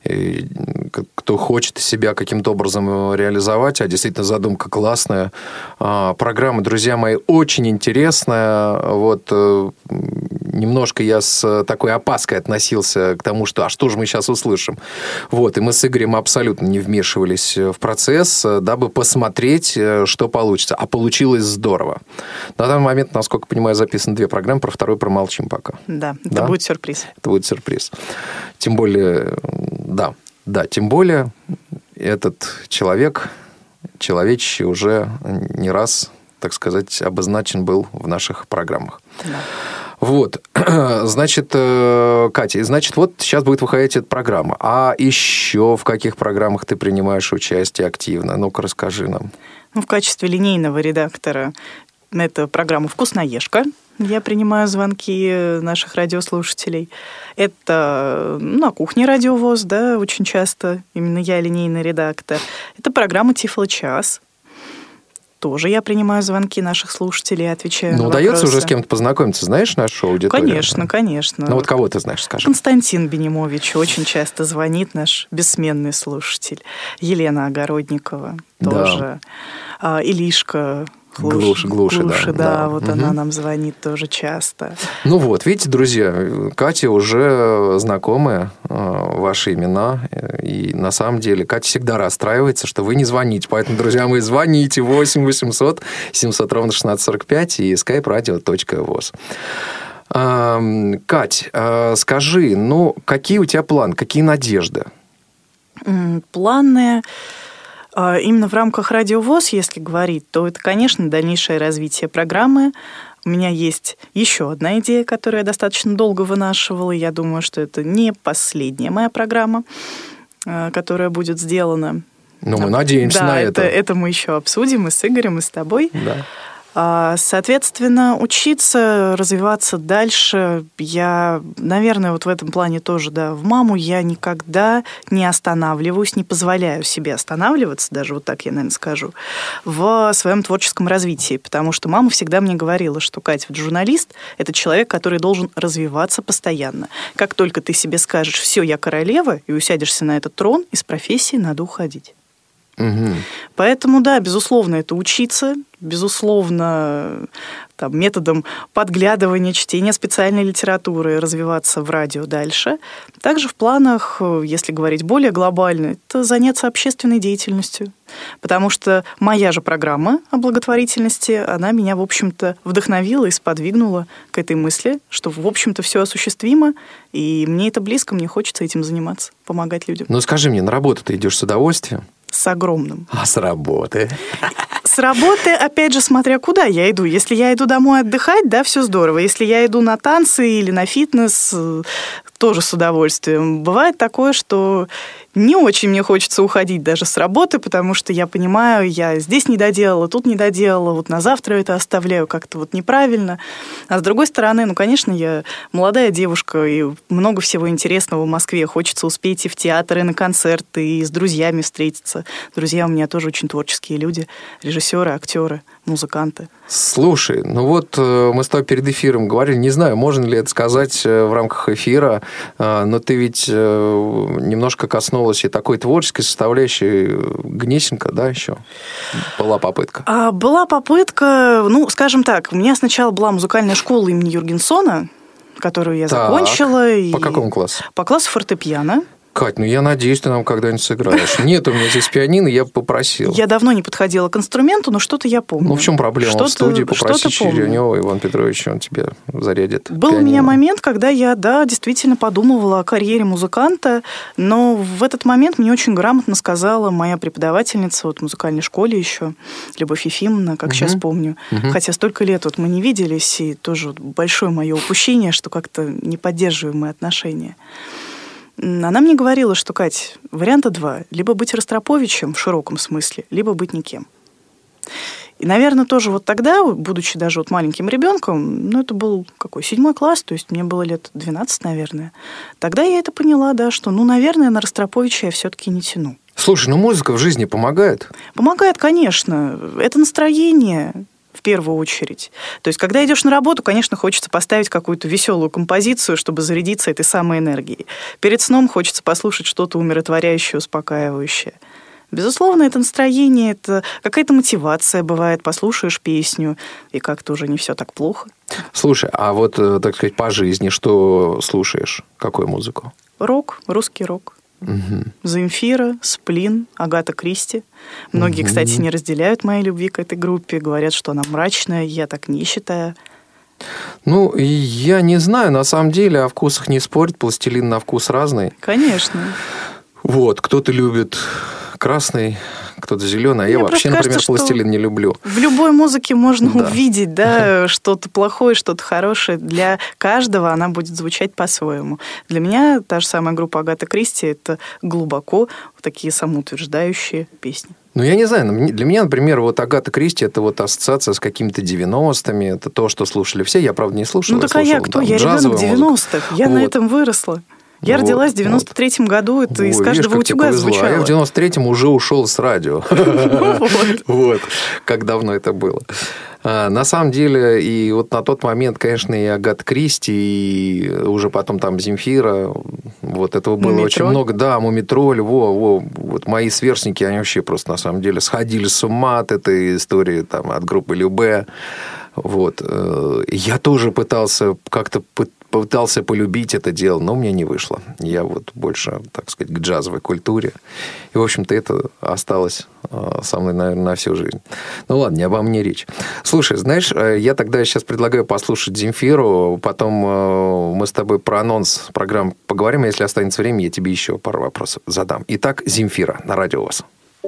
кто хочет себя каким-то образом реализовать, а действительно задумка классная. Программа, друзья мои, очень интересная. Вот, немножко я с такой опаской относился к тому, что, а что же мы сейчас услышим? Вот, и мы с Игорем абсолютно не вмешивались в процесс, дабы посмотреть, что получится. А получилось здорово. На данный момент, насколько я понимаю, записаны две программы, про вторую промолчим пока. Да, это да? будет сюрприз. Это будет сюрприз. Тем более, да, да, тем более этот человек, человечище, уже не раз, так сказать, обозначен был в наших программах. Да. Вот, значит, Катя, значит, вот сейчас будет выходить эта программа. А еще в каких программах ты принимаешь участие активно? Ну-ка, расскажи нам. Ну, в качестве линейного редактора на эту программу «Вкусноежка» я принимаю звонки наших радиослушателей. Это на кухне «Радио ВОС», да, очень часто именно я линейный редактор. Это программа «Тифлочас». Тоже я принимаю звонки наших слушателей, отвечаю ну, на удается вопросы. уже с кем-то познакомиться? Знаешь нашу аудиторию? Конечно, конечно. Ну, вот кого ты знаешь, скажи. Константин Бенимович очень часто звонит, наш бессменный слушатель. Елена Огородникова тоже. Да. Илишка Глуши, глуши, глуши, да. да, да. вот угу. Она нам звонит тоже часто. Ну вот, видите, друзья, Катя уже знакомая, ваши имена, и на самом деле Катя всегда расстраивается, что вы не звоните, поэтому, друзья мои, звоните восемь восемьсот семьсот ровно шестнадцать сорок пять и skype radio точка voz. Кать, скажи, ну, какие у тебя планы, какие надежды? Планы... Именно в рамках «Радио ВОС», если говорить, то это, конечно, дальнейшее развитие программы. У меня есть еще одна идея, которую я достаточно долго вынашивала. Я думаю, что это не последняя моя программа, которая будет сделана. Ну, мы надеемся да, на это. это. Это мы еще обсудим и с Игорем, и с тобой. Да. Соответственно, учиться, развиваться дальше, я, наверное, вот в этом плане тоже, да, в маму я никогда не останавливаюсь, не позволяю себе останавливаться, даже вот так я, наверное, скажу, в своем творческом развитии, потому что мама всегда мне говорила, что, Катя, вот журналист – это человек, который должен развиваться постоянно. Как только ты себе скажешь «все, я королева», и усядешься на этот трон, из профессии надо уходить. Угу. Поэтому, да, безусловно, это учиться, безусловно, там, методом подглядывания, чтения специальной литературы, развиваться в радио дальше. Также в планах, если говорить более глобально, это заняться общественной деятельностью. Потому что моя же программа о благотворительности, она меня, в общем-то, вдохновила и сподвигнула к этой мысли, что, в общем-то, все осуществимо, и мне это близко, мне хочется этим заниматься, помогать людям. Ну, скажи мне, на работу ты идешь с удовольствием? С огромным. А с работы? С работы, опять же, смотря куда я иду. Если я иду домой отдыхать, да, все здорово. Если я иду на танцы или на фитнес, тоже с удовольствием. Бывает такое, что не очень мне хочется уходить даже с работы, потому что я понимаю, я здесь не доделала, тут не доделала, вот на завтра это оставляю как-то вот неправильно. А с другой стороны, ну, конечно, я молодая девушка, и много всего интересного в Москве. Хочется успеть и в театр, и на концерты, и с друзьями встретиться. Друзья у меня тоже очень творческие люди, режиссеры, актеры, музыканты. Слушай, ну вот э, мы с тобой перед эфиром говорили, не знаю, можно ли это сказать э, в рамках эфира, э, но ты ведь э, немножко коснулась и такой творческой составляющей. Гнесинка, да, еще была попытка? А, была попытка, ну, скажем так, у меня сначала была музыкальная школа имени Юргенсона, которую я так, закончила. И по какому классу? По классу фортепиано. Кать, ну я надеюсь, ты нам когда-нибудь сыграешь. Нет у меня здесь пианино, я попросил. Я давно не подходила к инструменту, но что-то я помню. Ну в чем проблема? Что-то, в студии попроси Черенева Ивана Петровича, он тебе зарядит. Был пианино. У меня момент, когда я, да, действительно подумывала о карьере музыканта, но в этот момент мне очень грамотно сказала моя преподавательница вот в музыкальной школе еще, Любовь Ефимовна, как угу. сейчас помню. Угу. Хотя столько лет вот мы не виделись, и тоже большое мое упущение, что как-то не поддерживаем мы отношения. Она мне говорила, что, Кать, варианта два. Либо быть Ростроповичем в широком смысле, либо быть никем. И, наверное, тоже вот тогда, будучи даже вот маленьким ребенком, ну, это был какой, седьмой класс, то есть мне было лет двенадцать, наверное, тогда я это поняла, да, что, ну, наверное, на Ростроповича я все-таки не тяну. Слушай, ну музыка в жизни помогает? Помогает, конечно. Это настроение, в первую очередь. То есть, когда идешь на работу, конечно, хочется поставить какую-то веселую композицию, чтобы зарядиться этой самой энергией. Перед сном хочется послушать что-то умиротворяющее, успокаивающее. Безусловно, это настроение, это какая-то мотивация бывает. Послушаешь песню, и как-то уже не все так плохо. Слушай, а вот, так сказать, по жизни что слушаешь? Какую музыку? Рок, русский рок. Угу. Земфира, Сплин, Агата Кристи. Многие, угу. кстати, не разделяют моей любви к этой группе, говорят, что она мрачная, я так не считаю. Ну, я не знаю, на самом деле о вкусах не спорят, пластилин на вкус разный. Конечно. Вот, кто-то любит красный, кто-то зеленый, а я вообще, кажется, например, пластилин не люблю. В любой музыке можно да. увидеть, да, что-то плохое, что-то хорошее. Для каждого она будет звучать по-своему. Для меня та же самая группа Агата Кристи – это глубоко такие самоутверждающие песни. Ну, я не знаю, для меня, например, вот Агата Кристи – это вот ассоциация с какими-то девяностыми, это то, что слушали все, я, правда, не слушал. Ну, так а я кто? Я ребенок девяностых, я вот. на этом выросла. Я вот, родилась в девяносто третьем вот. году, это Ой, из каждого видишь, утюга звучало. А я в девяносто третьем уже ушел с радио. Вот, как давно это было. На самом деле, и вот на тот момент, конечно, и Агата Кристи, и уже потом там Земфира, вот этого было очень много. Да, Мумитроль, во, во, вот мои сверстники, они вообще просто, на самом деле, сходили с ума от этой истории там, от группы Любэ. Вот. Я тоже пытался как-то пытался полюбить это дело, но у меня не вышло. Я вот больше, так сказать, к джазовой культуре. И, в общем-то, это осталось со мной, наверное, на всю жизнь. Ну, ладно, не обо мне речь. Слушай, знаешь, я тогда сейчас предлагаю послушать Земфиру, потом мы с тобой про анонс программы поговорим, а если останется время, я тебе еще пару вопросов задам. Итак, Земфира на радио ВОС.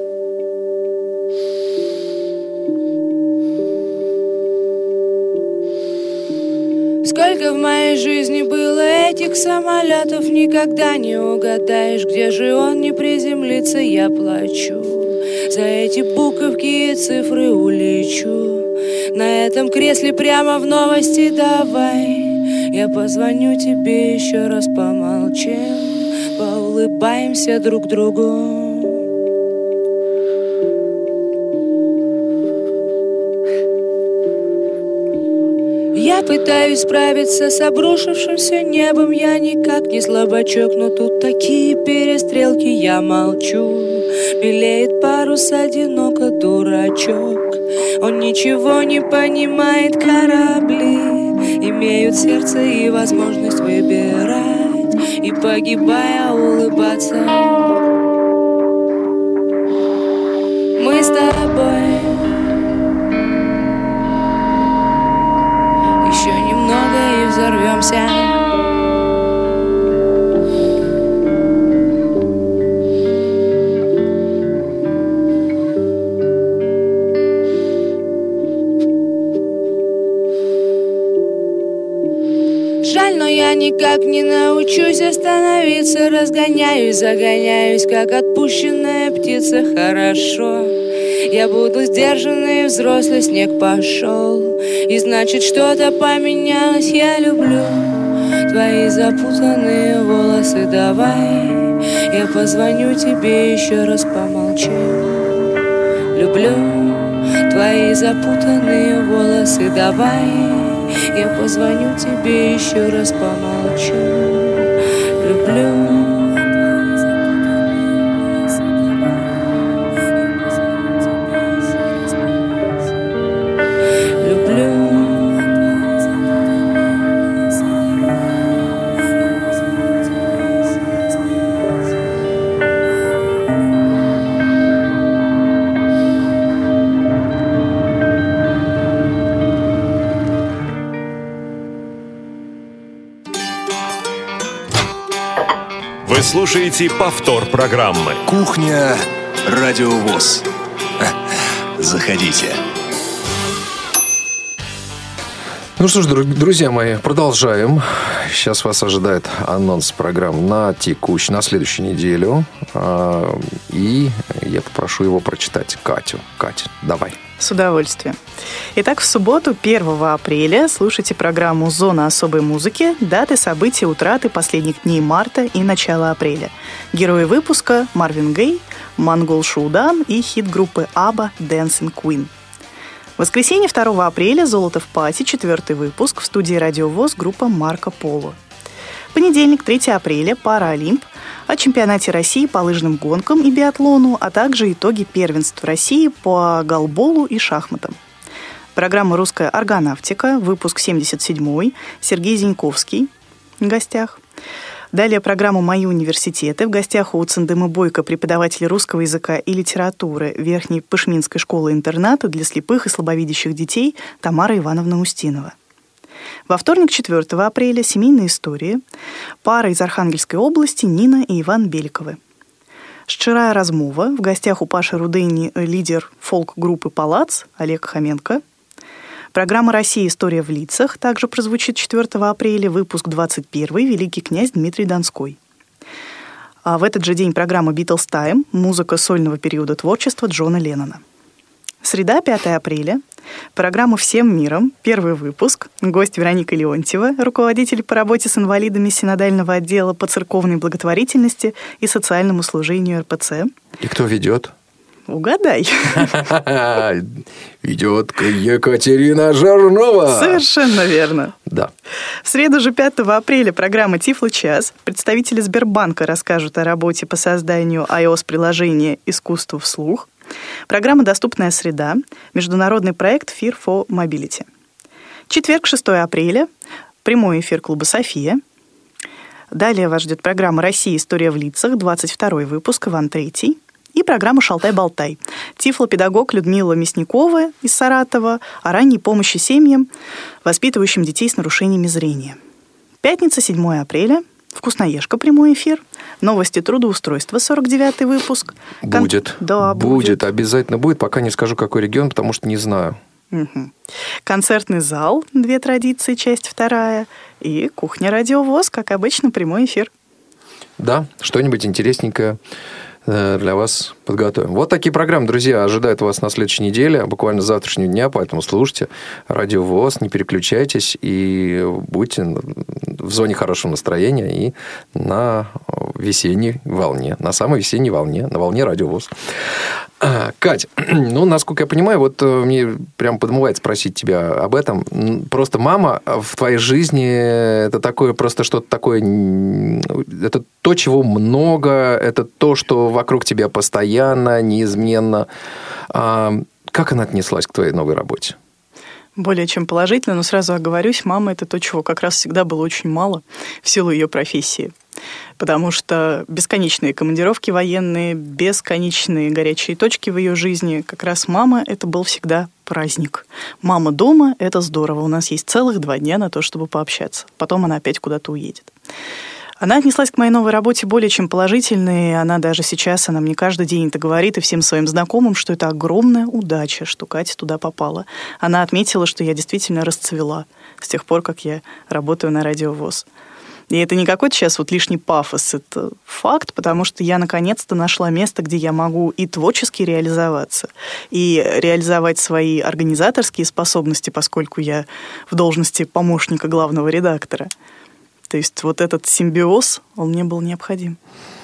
Сколько в моей жизни было этих самолетов, никогда не угадаешь, где же он не приземлится, я плачу. За эти буковки и цифры улечу. На этом кресле прямо в новости давай. Я позвоню тебе еще раз, помолчим, поулыбаемся друг другу. Я пытаюсь справиться с обрушившимся небом. Я никак не слабачок, но тут такие перестрелки. Я молчу, белеет парус, одиноко дурачок. Он ничего не понимает, корабли имеют сердце и возможность выбирать, и погибая улыбаться. Мы с тобой еще немного и взорвемся. Жаль, но я никак не научусь остановиться. Разгоняюсь, загоняюсь, как отпущенная птица. Хорошо, я буду сдержанный, взрослый, снег пошел, и значит что-то поменялось. Я люблю твои запутанные волосы. Давай я позвоню тебе еще раз, помолчим. Люблю твои запутанные волосы. Давай я позвоню тебе еще раз, помолчу. Люблю. Вы слушаете повтор программы. Кухня Радио ВОС. Заходите. Ну что ж, друзья мои, продолжаем. Сейчас вас ожидает анонс программ на текущую, на следующую неделю. И я попрошу его прочитать. Катю. Катя, давай. С удовольствием. Итак, в субботу, первого апреля, слушайте программу «Зона особой музыки», даты, события, утраты последних дней марта и начала апреля. Герои выпуска – Марвин Гей, Монгол Шуудан и хит группы Абба «Dancing Queen». В воскресенье, второго апреля, «Золото в пати», четвертый выпуск, в студии «Радио ВОС» группа «Марко Поло». Понедельник, третьего апреля, «Паралимп», о чемпионате России по лыжным гонкам и биатлону, а также итоги первенств России по голболу и шахматам. Программа «Русская органавтика», выпуск семьдесят седьмой, Сергей Зиньковский в гостях. Далее программа «Мои университеты». В гостях у Цендемы Бойко, преподаватель русского языка и литературы Верхней Пышминской школы-интерната для слепых и слабовидящих детей Тамара Ивановна Устинова. Во вторник, четвертого апреля, «Семейные истории». Пара из Архангельской области Нина и Иван Беликовы. «Щирая размова». В гостях у Паши Рудыни лидер фолк-группы «Палац» Олег Хоменко. Программа «Россия. История в лицах» также прозвучит четвертого апреля, выпуск двадцать первый, великий князь Дмитрий Донской. А в этот же день программа «Битлз Тайм», музыка сольного периода творчества Джона Леннона. Среда, пятого апреля, программа «Всем миром», первый выпуск, гость Вероника Леонтьева, руководитель по работе с инвалидами синодального отдела по церковной благотворительности и социальному служению эр пэ цэ. И кто ведет? Угадай. Ведет Екатерина Жарнова. Совершенно верно. Да. В среду же, пятого апреля, программа «Тифло-час». Представители Сбербанка расскажут о работе по созданию iOS-приложения «Искусство вслух». Программа «Доступная среда», международный проект Fear for Mobility. Четверг, шестого апреля, прямой эфир клуба «София». Далее вас ждет программа «Россия. История в лицах», двадцать второй выпуск, Иван Третий. И программа «Шалтай-болтай». Тифлопедагог Людмила Мясникова из Саратова о ранней помощи семьям, воспитывающим детей с нарушениями зрения. Пятница, седьмого апреля. «Вкусноежка», прямой эфир. Новости трудоустройства, сорок девятый выпуск. Будет. Кон... Да, будет. Будет, обязательно будет. Пока не скажу, какой регион, потому что не знаю. Угу. Концертный зал, две традиции, часть вторая. И кухня Радио ВОС, как обычно, прямой эфир. Да, что-нибудь интересненькое для вас Подготовим. Вот такие программы, друзья, ожидают вас на следующей неделе, буквально с завтрашнего дня, поэтому слушайте Радио ВОС, не переключайтесь и будьте в зоне хорошего настроения и на весенней волне, на самой весенней волне, на волне Радио ВОС. Кать, ну, насколько я понимаю, вот мне прям подмывает спросить тебя об этом. Просто мама в твоей жизни это такое, просто что-то такое, это то, чего много, это то, что вокруг тебя постоянно, неизменно. А как она отнеслась к твоей новой работе? Более чем положительно, но сразу оговорюсь, мама – это то, чего как раз всегда было очень мало в силу ее профессии. Потому что бесконечные командировки военные, бесконечные горячие точки в ее жизни, как раз мама – это был всегда праздник. Мама дома – это здорово, у нас есть целых два дня на то, чтобы пообщаться. Потом она опять куда-то уедет. Она отнеслась к моей новой работе более чем положительно, и она даже сейчас, она мне каждый день это говорит, и всем своим знакомым, что это огромная удача, что Катя туда попала. Она отметила, что я действительно расцвела с тех пор, как я работаю на Радио ВОС. И это не какой-то сейчас вот лишний пафос, это факт, потому что я наконец-то нашла место, где я могу и творчески реализоваться, и реализовать свои организаторские способности, поскольку я в должности помощника главного редактора. То есть вот этот симбиоз, он мне был необходим.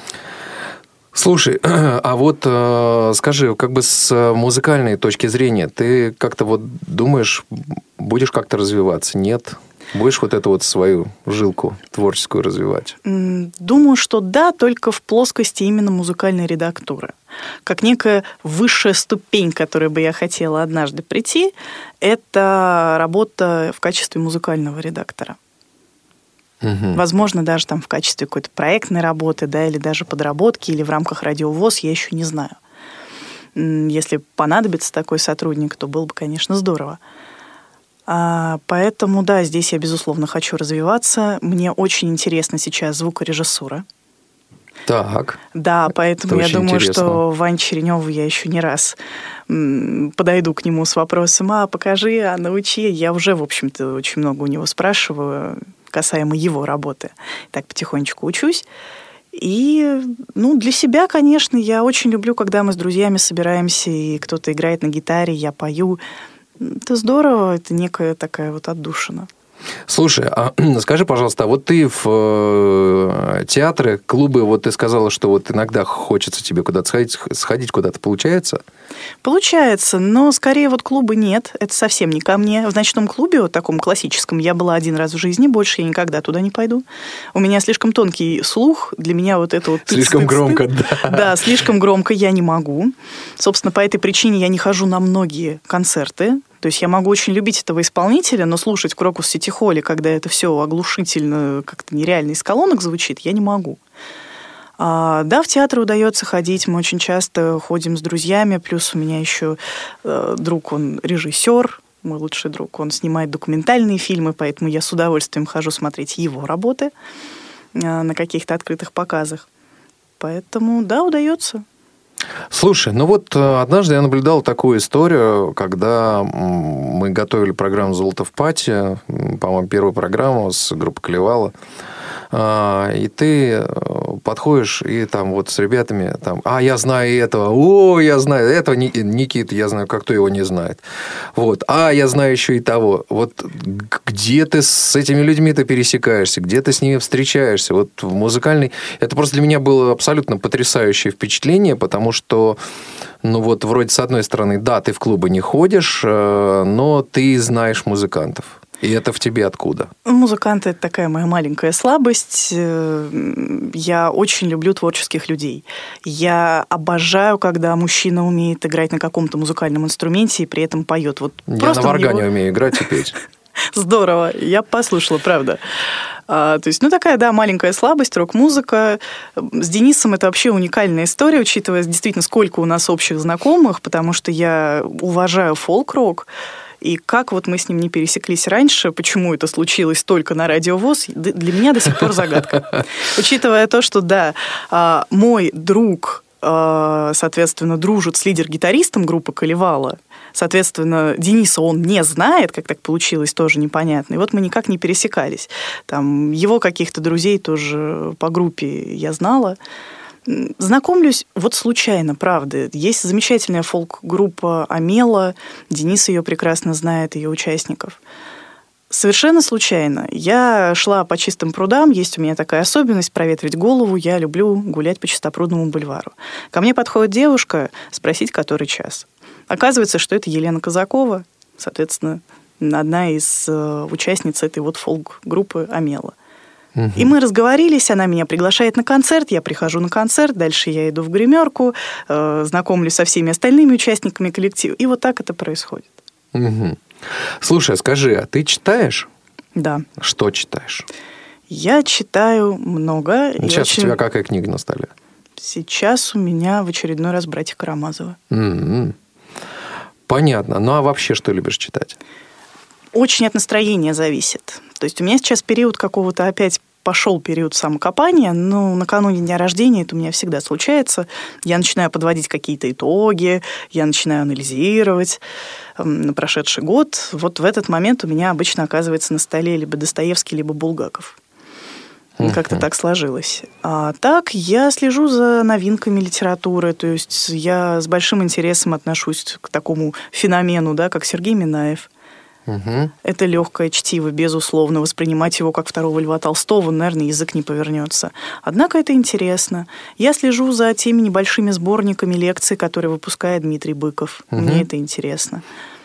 Слушай, а вот э, скажи, как бы с музыкальной точки зрения, ты как-то вот думаешь, будешь как-то развиваться? Нет? Будешь вот эту вот свою жилку творческую развивать? Думаю, что да, только в плоскости именно музыкальной редактуры. Как некая высшая ступень, к которой бы я хотела однажды прийти, это работа в качестве музыкального редактора. Угу. Возможно, даже там в качестве какой-то проектной работы, да, или даже подработки, или в рамках Радио ВОС, я еще не знаю. Если понадобится такой сотрудник, то было бы, конечно, здорово. А, поэтому, да, здесь я, безусловно, хочу развиваться. Мне очень интересна сейчас звукорежиссура. Так. Да, поэтому это я думаю, интересно. что Вань Черенёву я еще не раз подойду к нему с вопросом: а покажи, а научи. Я уже, в общем-то, очень много у него спрашиваю касаемо его работы. Так потихонечку учусь. И, ну, для себя, конечно, я очень люблю, когда мы с друзьями собираемся, и кто-то играет на гитаре, я пою. Это здорово, это некая такая вот отдушина. Слушай, а скажи, пожалуйста, а вот ты в театры, клубы, вот ты сказала, что вот иногда хочется тебе куда-то сходить, сходить куда-то, получается? Получается, но скорее вот клубы нет, это совсем не ко мне. В ночном клубе, вот таком классическом, я была один раз в жизни, больше я никогда туда не пойду. У меня слишком тонкий слух, для меня вот это вот... Слишком громко, да. Да, слишком громко я не могу. Собственно, по этой причине я не хожу на многие концерты. То есть я могу очень любить этого исполнителя, но слушать в Крокус Сити Холле, когда это все оглушительно, как-то нереально из колонок звучит, я не могу. А, да, в театр удается ходить, мы очень часто ходим с друзьями, плюс у меня еще э, друг, он режиссер, мой лучший друг, он снимает документальные фильмы, поэтому я с удовольствием хожу смотреть его работы э, на каких-то открытых показах. Поэтому, да, удается. Слушай, ну вот однажды я наблюдал такую историю, когда мы готовили программу «Золото в пати», по-моему, первую программу с группы «Колевала», и ты подходишь и там вот с ребятами, там, а, я знаю этого, о, я знаю этого, Никита, я знаю, как кто его не знает. Вот, а, я знаю еще и того. Вот где ты с этими людьми-то пересекаешься, где ты с ними встречаешься? Вот в музыкальной... Это просто для меня было абсолютно потрясающее впечатление, потому что, ну вот, вроде с одной стороны, да, ты в клубы не ходишь, но ты знаешь музыкантов. И это в тебе откуда? Музыканты – это такая моя маленькая слабость. Я очень люблю творческих людей. Я обожаю, когда мужчина умеет играть на каком-то музыкальном инструменте и при этом поет. Вот я на варгане него... умею играть и петь. Здорово, я послушала, правда. А, то есть, ну, такая, да, маленькая слабость, рок-музыка. С Денисом это вообще уникальная история, учитывая действительно, сколько у нас общих знакомых, потому что я уважаю фолк-рок. И как вот мы с ним не пересеклись раньше, почему это случилось только на Радио ВОС, для меня до сих пор загадка. Учитывая то, что, да, мой друг, соответственно, дружит с лидер-гитаристом группы «Колевала», соответственно, Дениса он не знает, как так получилось, тоже непонятно. И вот мы никак не пересекались. Там его каких-то друзей тоже по группе я знала. Знакомлюсь вот случайно, правда. Есть замечательная фолк-группа «Амела». Денис ее прекрасно знает, ее участников. Совершенно случайно. Я шла по Чистым прудам, есть у меня такая особенность проветрить голову, я люблю гулять по Чистопрудному бульвару. Ко мне подходит девушка спросить, который час. Оказывается, что это Елена Казакова, соответственно, одна из участниц этой вот фолк-группы «Амела». Угу. И мы разговорились, она меня приглашает на концерт, я прихожу на концерт, дальше я иду в гримерку, э, знакомлюсь со всеми остальными участниками коллектива, и вот так это происходит. Угу. Слушай, скажи, а ты читаешь? Да. Что читаешь? Я читаю много. Сейчас очень... у тебя какая книга на столе? Сейчас у меня в очередной раз «Братья Карамазовы». Угу. Понятно. Ну, а вообще что любишь читать? Очень от настроения зависит. То есть у меня сейчас период какого-то опять пошел период самокопания, но накануне дня рождения это у меня всегда случается. Я начинаю подводить какие-то итоги, я начинаю анализировать на прошедший год. Вот в этот момент у меня обычно оказывается на столе либо Достоевский, либо Булгаков. Uh-huh. Как-то так сложилось. А так я слежу за новинками литературы, то есть я с большим интересом отношусь к такому феномену, да, как Сергей Минаев. Угу. Это легкое чтиво, безусловно. Воспринимать его как второго Льва Толстого, наверное, язык не повернется. Однако это интересно. Я слежу за теми небольшими сборниками лекций, которые выпускает Дмитрий Быков. Угу. Мне это интересно.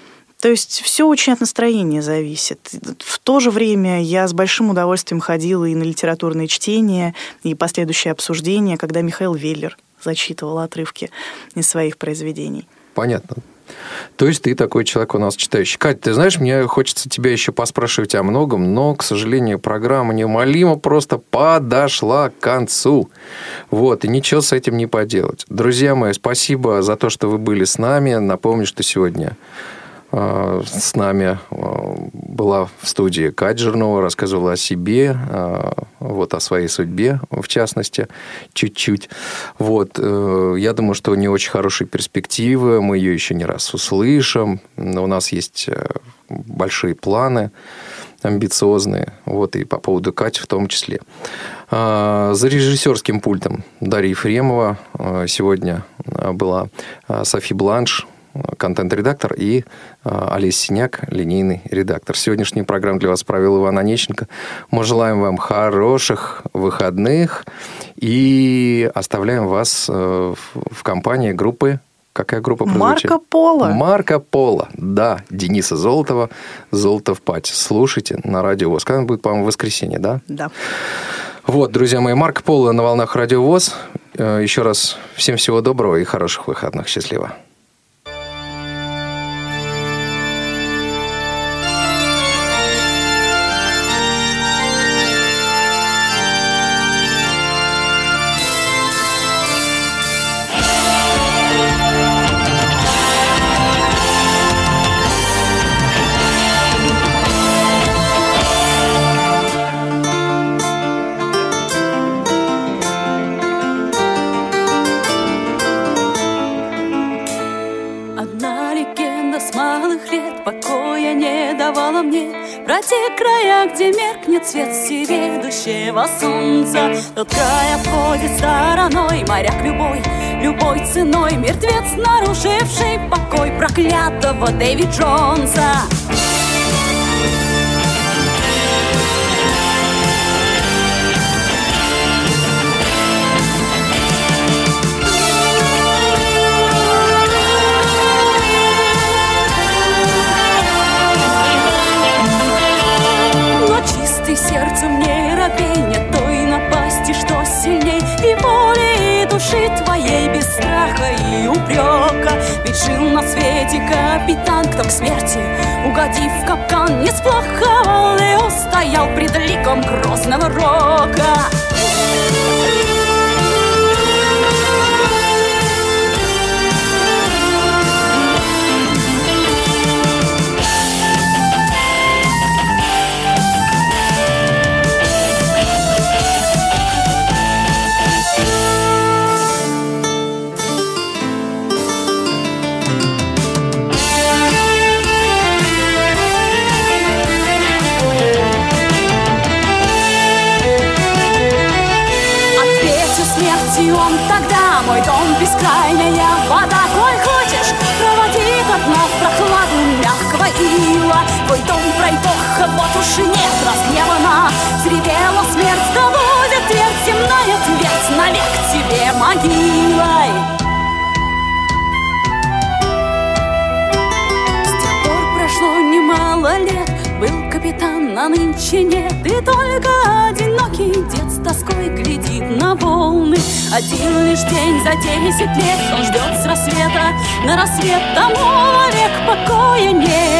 То есть все очень от настроения зависит. В то же время я с большим удовольствием ходила и на литературные чтения, и последующие обсуждения, когда Михаил Веллер зачитывал отрывки из своих произведений. Понятно. То есть ты такой человек у нас читающий. Кать, ты знаешь, мне хочется тебя еще поспрашивать о многом, но, к сожалению, программа неумолимо просто подошла к концу. Вот, и ничего с этим не поделать. Друзья мои, спасибо за то, что вы были с нами. Напомню, что сегодня э, с нами э, была в студии Катя Жирнова, рассказывала о себе, э, вот, о своей судьбе, в частности, чуть-чуть. Вот, э, я думаю, что у нее очень хорошие перспективы, мы ее еще не раз услышим. У нас есть большие планы, амбициозные, вот, и по поводу Кати в том числе. За режиссерским пультом Дарья Ефремова сегодня была Софи Бланш, контент-редактор, и Олеся Синяк, линейный редактор. Сегодняшнюю программу для вас провел Иван Онищенко. Мы желаем вам хороших выходных и оставляем вас в компании группы. Какая группа прозвучит? Марко Поло. Марко Поло, да. Дениса Золотова, Золотов Пати. Слушайте на Радио ВОС. Когда будет, по-моему, в воскресенье, да? Да. Вот, друзья мои, Марко Поло на волнах Радио ВОС. Еще раз всем всего доброго и хороших выходных. Счастливо. Про те края, где меркнет свет всеведущего солнца. Тот край обходит стороной моряк любой, любой ценой. Мертвец, нарушивший покой проклятого Дэви Джонса. Сердцем не робей, нет той напасти, что сильней, и воли, и души твоей без страха и упрека. Ведь жил на свете капитан, кто к смерти, угодив в капкан, не сплоховал и устоял пред ликом грозного рока. и он тогда мой дом бескрайняя вода. Коль хочешь, проводи от нас прохладу мягкого ила. Твой дом пройдоха, вот уж и нет разгневана. Зревела смерть, да будет твердь, земная твердь, навек тебе могилой. С тех пор прошло немало лет, был капитан, а нынче нет. И только одинокий дед с тоской глядит на волны. Один лишь день за десять лет он ждет с рассвета. На рассвет тому вовек покоя нет.